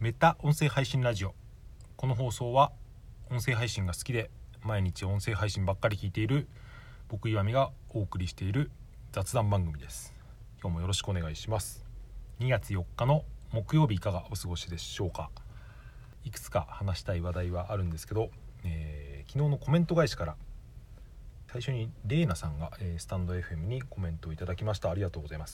メタ音声配信ラジオ。この放送は音声配信が好きで毎日音声配信ばっかり聞いている僕岩見がお送りしている雑談番組です。今日もよろしくお願いします。2月4日の木曜日いかがお過ごしでしょうか。いくつか話したい話題はあるんですけど、昨日のコメント返しから最初にレイナさんが、スタンド FM にコメントをいただきました。ありがとうございます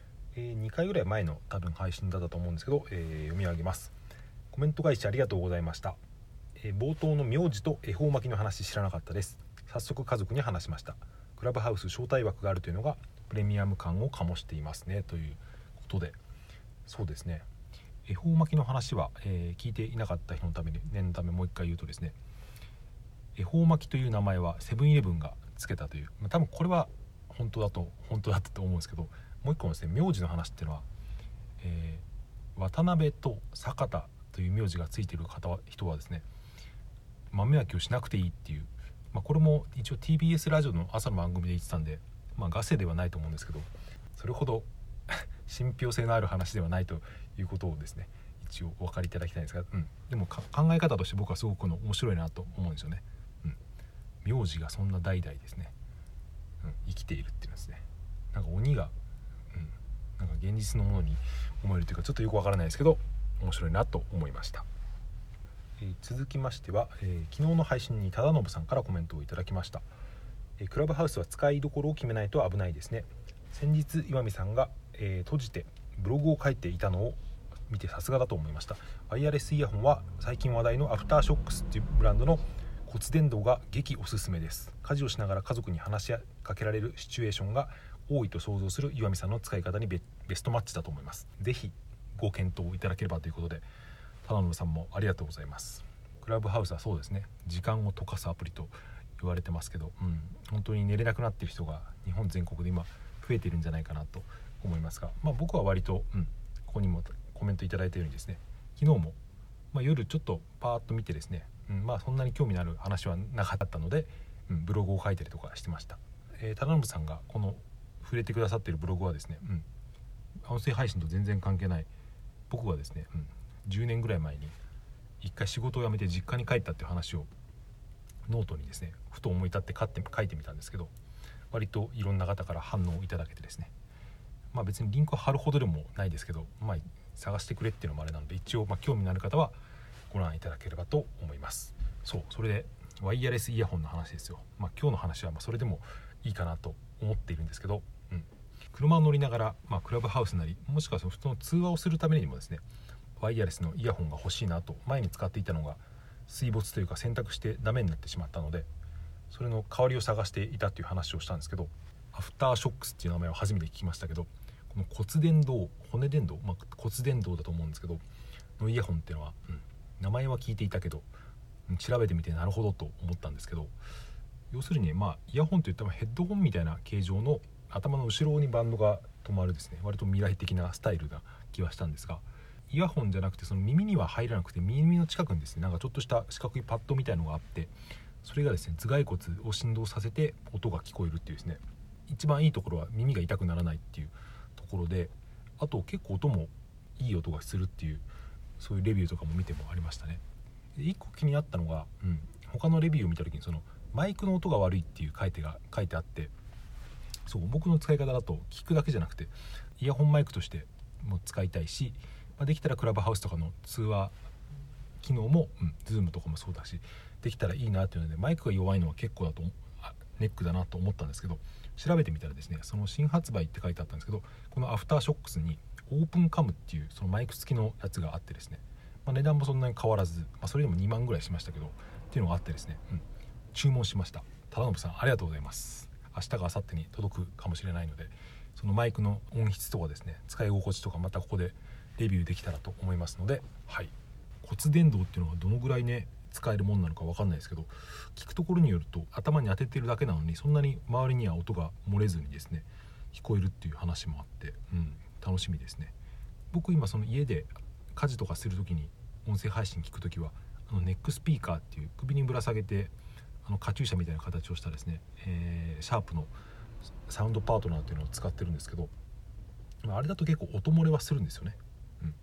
。2回ぐらい前の多分配信だったと思うんですけど、読み上げます。コメント返しありがとうございました。冒頭の名字と恵方巻きの話知らなかったです。早速家族に話しました。クラブハウス招待枠があるというのがプレミアム感を醸していますね、ということで、そうですね、恵方巻きの話は、聞いていなかった人のために念のためもう一回言うとですね、恵方巻きという名前はセブンイレブンがつけたという、多分これは本当だったと思うんですけど、もう一個のですね、名字の話っていうのは、渡辺と坂田という名字がついている人はですね、豆焼きをしなくていいっていう、これも一応 TBS ラジオの朝の番組で言ってたんで、ガセではないと思うんですけど、それほど信憑性のある話ではないということをですね、一応お分かりいただきたいんですが、でも考え方として僕はすごく面白いなと思うんですよね。名字がそんな代々ですね、生きているっていうのですね、なんか鬼が、なんか現実のものに思えるというか、ちょっとよくわからないですけど面白いなと思いました。続きましては、昨日の配信に忠信さんからコメントをいただきました。クラブハウスは使いどころを決めないと危ないですね。先日岩見さんが、閉じてブログを書いていたのを見てさすがだと思いました。ワイヤレスイヤホンは最近話題のアフターショックスっていうブランドの骨伝導が激おすすめです。家事をしながら家族に話しかけられるシチュエーションが多いと想像する岩見さんの使い方にベストマッチだと思います。ぜひご検討いただければということで、忠信さんもありがとうございます。クラブハウスはそうですね、時間を溶かすアプリと言われてますけど、本当に寝れなくなっている人が日本全国で今増えているんじゃないかなと思いますが、僕は割と、ここにもコメントいただいたようにですね、昨日も、夜ちょっとパーッと見てですね、そんなに興味のある話はなかったので、ブログを書いたりとかしてました。忠信さんがこの触れてくださっているブログはですね、音声配信と全然関係ない、僕がですね、10年ぐらい前に一回仕事を辞めて実家に帰ったっていう話をノートにですねふと思い立って書いてみたんですけど、割といろんな方から反応をいただけてですね、別にリンクを貼るほどでもないですけど、探してくれっていうのもあれなので、一応興味のある方はご覧いただければと思います。それでワイヤレスイヤホンの話ですよ。今日の話はそれでもいいかなと思っているんですけど、車を乗りながら、クラブハウスなり、もしくはその普通の通話をするためにもですね、ワイヤレスのイヤホンが欲しいなと、前に使っていたのが水没というか選択してダメになってしまったので、それの代わりを探していたという話をしたんですけど、アフターショックスっていう名前を初めて聞きましたけど、この骨伝導だと思うんですけどのイヤホンっていうのは、名前は聞いていたけど調べてみてなるほどと思ったんですけど、要するにイヤホンといってもヘッドホンみたいな形状の頭の後ろにバンドが止まるですね、割と未来的なスタイルな気はしたんですが、イヤホンじゃなくてその耳には入らなくて、耳の近くにですね、なんかちょっとした四角いパッドみたいのがあって、それがですね頭蓋骨を振動させて音が聞こえるっていうですね、一番いいところは耳が痛くならないっていうところで、あと結構音もいい音がするっていう、そういうレビューとかも見てもありましたね。で一個気になったのが、他のレビューを見た時にそのマイクの音が悪いっていう書いてあって、僕の使い方だと聞くだけじゃなくてイヤホンマイクとしても使いたいし、できたらクラブハウスとかの通話機能も、Zoom とかもそうだしできたらいいなというので、マイクが弱いのは結構ネックだなと思ったんですけど、調べてみたらですね、その新発売って書いてあったんですけど、このアフターショックスにオープンカムっていうそのマイク付きのやつがあってですね、値段もそんなに変わらず、それでも2万ぐらいしましたけどっていうのがあってですね、注文しました。忠信さんありがとうございます。明日か明後日に届くかもしれないので、そのマイクの音質とかですね、使い心地とかまたここでレビューできたらと思いますので、骨伝導っていうのはどのぐらいね使えるものなのか分かんないですけど、聞くところによると頭に当ててるだけなのにそんなに周りには音が漏れずにですね聞こえるっていう話もあって、楽しみですね。僕今その家で家事とかするときに音声配信聞くときはネックスピーカーっていう首にぶら下げてカチューシャみたいな形をしたですね、シャープのサウンドパートナーっていうのを使ってるんですけど、あれだと結構音漏れはするんですよね。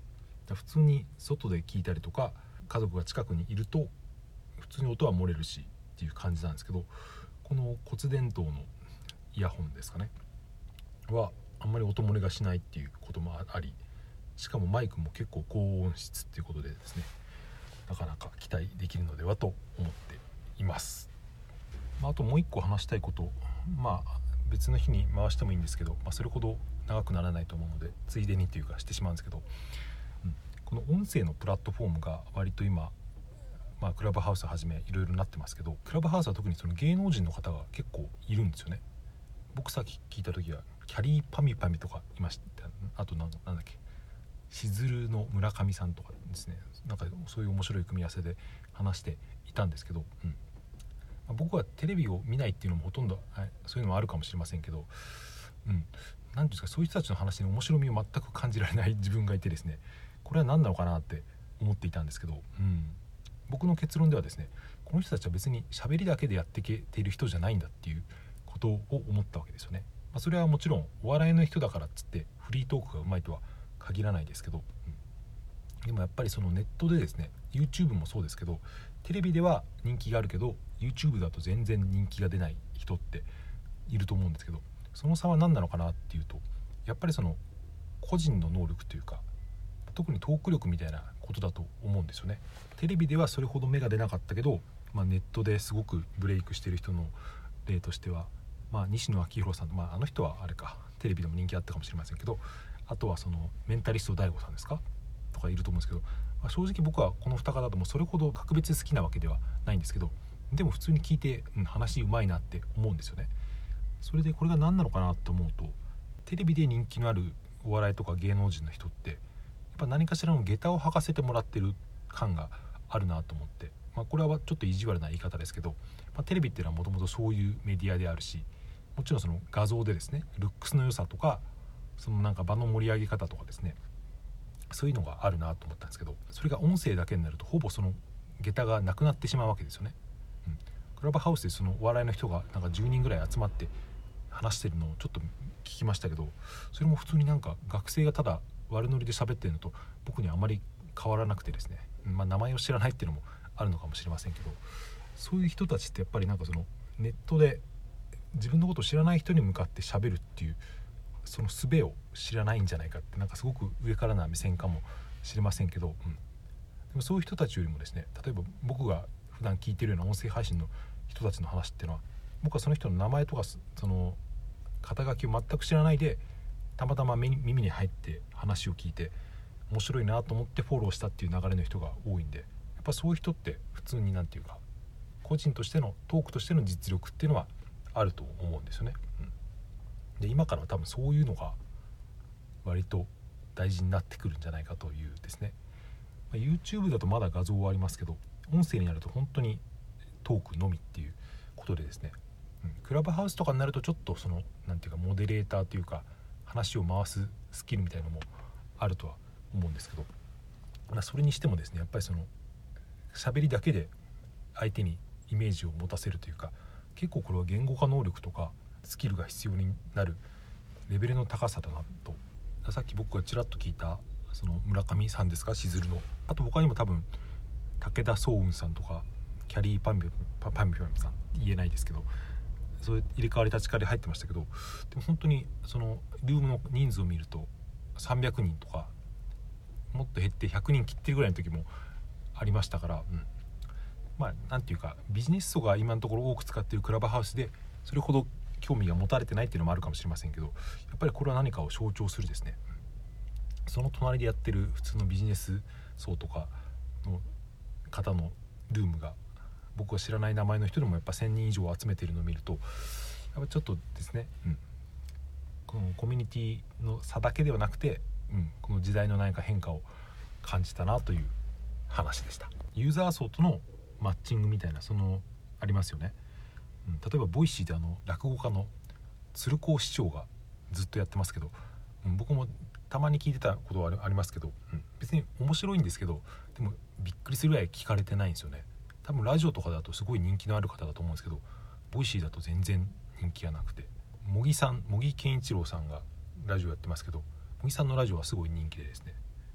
普通に外で聞いたりとか家族が近くにいると普通に音は漏れるしっていう感じなんですけど、この骨伝導のイヤホンですかねはあんまり音漏れがしないっていうこともあり、しかもマイクも結構高音質っていうことでですね、なかなか期待できるのではと思っています。あともう一個話したいこと、別の日に回してもいいんですけど、それほど長くならないと思うのでついでにというかしてしまうんですけど、この音声のプラットフォームが割と今、クラブハウスはじめいろいろなってますけど、クラブハウスは特にその芸能人の方が結構いるんですよね。僕さっき聞いた時はキャリーパミュパミュとかいました。あとなんだっけ、しずるの村上さんとかですね、なんかそういう面白い組み合わせで話していたんですけど、僕はテレビを見ないっていうのもほとんど、そういうのもあるかもしれませんけど、なんていうんですか、そういう人たちの話に面白みを全く感じられない自分がいてですね、これは何なのかなって思っていたんですけど、僕の結論ではですね、この人たちは別に喋りだけでやっていけている人じゃないんだっていうことを思ったわけですよね。それはもちろんお笑いの人だからっつってフリートークがうまいとは限らないですけど、でもやっぱりそのネットでですね、 YouTube もそうですけど、テレビでは人気があるけど YouTube だと全然人気が出ない人っていると思うんですけど、その差は何なのかなっていうと、やっぱりその個人の能力というか、特にトーク力みたいなことだと思うんですよね。テレビではそれほど芽が出なかったけど、ネットですごくブレイクしている人の例としては、西野昭弘さん、あの人はあれか、テレビでも人気あったかもしれませんけど、あとはそのメンタリスト DAIGO さんですかとかいると思うんですけど、正直僕はこの2方ともそれほど格別好きなわけではないんですけど、でも普通に聞いて、話うまいなって思うんですよね。それでこれが何なのかなと思うと、テレビで人気のあるお笑いとか芸能人の人ってやっぱ何かしらの下駄を履かせてもらってる感があるなと思って、これはちょっと意地悪な言い方ですけど、テレビっていうのはもともとそういうメディアであるし、もちろんその画像でですね、ルックスの良さとか、そのなんか場の盛り上げ方とかですね、そういうのがあるなと思ったんですけど、それが音声だけになるとほぼその下駄がなくなってしまうわけですよね。クラブハウスでそのお笑いの人がなんか10人ぐらい集まって話してるのをちょっと聞きましたけど、それも普通になんか学生がただ悪ノリで喋ってるのと僕にはあまり変わらなくてですね、名前を知らないっていうのもあるのかもしれませんけど、そういう人たちってやっぱりなんかそのネットで自分のことを知らない人に向かって喋るっていうその術を知らないんじゃないかって、なんかすごく上からな目線かもしれませんけど、でもそういう人たちよりもですね、例えば僕が普段聞いてるような音声配信の人たちの話っていうのは、僕はその人の名前とかその肩書きを全く知らないでたまたま耳に入って話を聞いて面白いなと思ってフォローしたっていう流れの人が多いんで、やっぱそういう人って普通になんていうか個人としてのトークとしての実力っていうのはあると思うんですよね。で今からは多分そういうのが割と大事になってくるんじゃないかというですね、YouTube だとまだ画像はありますけど、音声になると本当にトークのみっていうことでですね、クラブハウスとかになるとちょっとそのなんていうかモデレーターというか話を回すスキルみたいなのもあるとは思うんですけど、それにしてもですね、やっぱりその喋りだけで相手にイメージを持たせるというか、結構これは言語化能力とかスキルが必要になるレベルの高さだなと。さっき僕がちらっと聞いたその村上さんですか、しずるの、あと他にも多分武田壮雲さんとかキャリーパミュさん言えないですけど、そういう入れ替わり立ち替わり入ってましたけど、でも本当にそのルームの人数を見ると300人とかもっと減って100人切ってるぐらいの時もありましたから、なんていうかビジネス層が今のところ多く使っているクラブハウスでそれほど興味が持たれてないっていうのもあるかもしれませんけど、やっぱりこれは何かを象徴するですね、その隣でやってる普通のビジネス層とかの方のルームが僕が知らない名前の人でもやっぱ1000人以上集めているのを見ると、やっぱちょっとですね、このコミュニティの差だけではなくて、この時代の何か変化を感じたなという話でした。ユーザー層とのマッチングみたいなありますよね。例えばボイシーで落語家の鶴光師匠がずっとやってますけど、僕もたまに聞いてたことはありますけど、別に面白いんですけど、でもびっくりするぐらい聞かれてないんですよね。多分ラジオとかだとすごい人気のある方だと思うんですけど、ボイシーだと全然人気がなくて、茂木健一郎さんがラジオやってますけど、茂木さんのラジオはすごい人気でですね、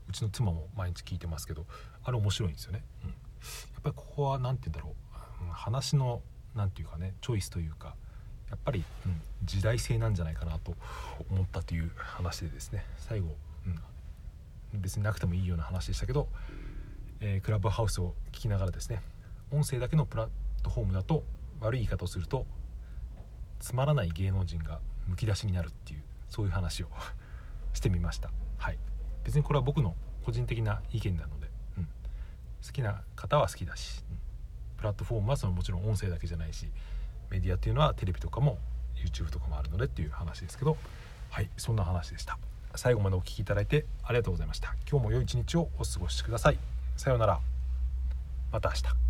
うちの妻も毎日聞いてますけど、あれ面白いんですよね、やっぱりここは何て言うんだろう、話のなんていうかねチョイスというかやっぱり、時代性なんじゃないかなと思ったという話でですね、最後、別になくてもいいような話でしたけど、クラブハウスを聞きながらですね、音声だけのプラットフォームだと悪い言い方をするとつまらない芸能人がむき出しになるっていう、そういう話をしてみました。はい、別にこれは僕の個人的な意見なので、好きな方は好きだし、プラットフォームはもちろん音声だけじゃないし、メディアっていうのはテレビとかも YouTube とかもあるのでっていう話ですけど、はい、そんな話でした。最後までお聞きいただいてありがとうございました。今日も良い一日をお過ごしください。さようなら。また明日。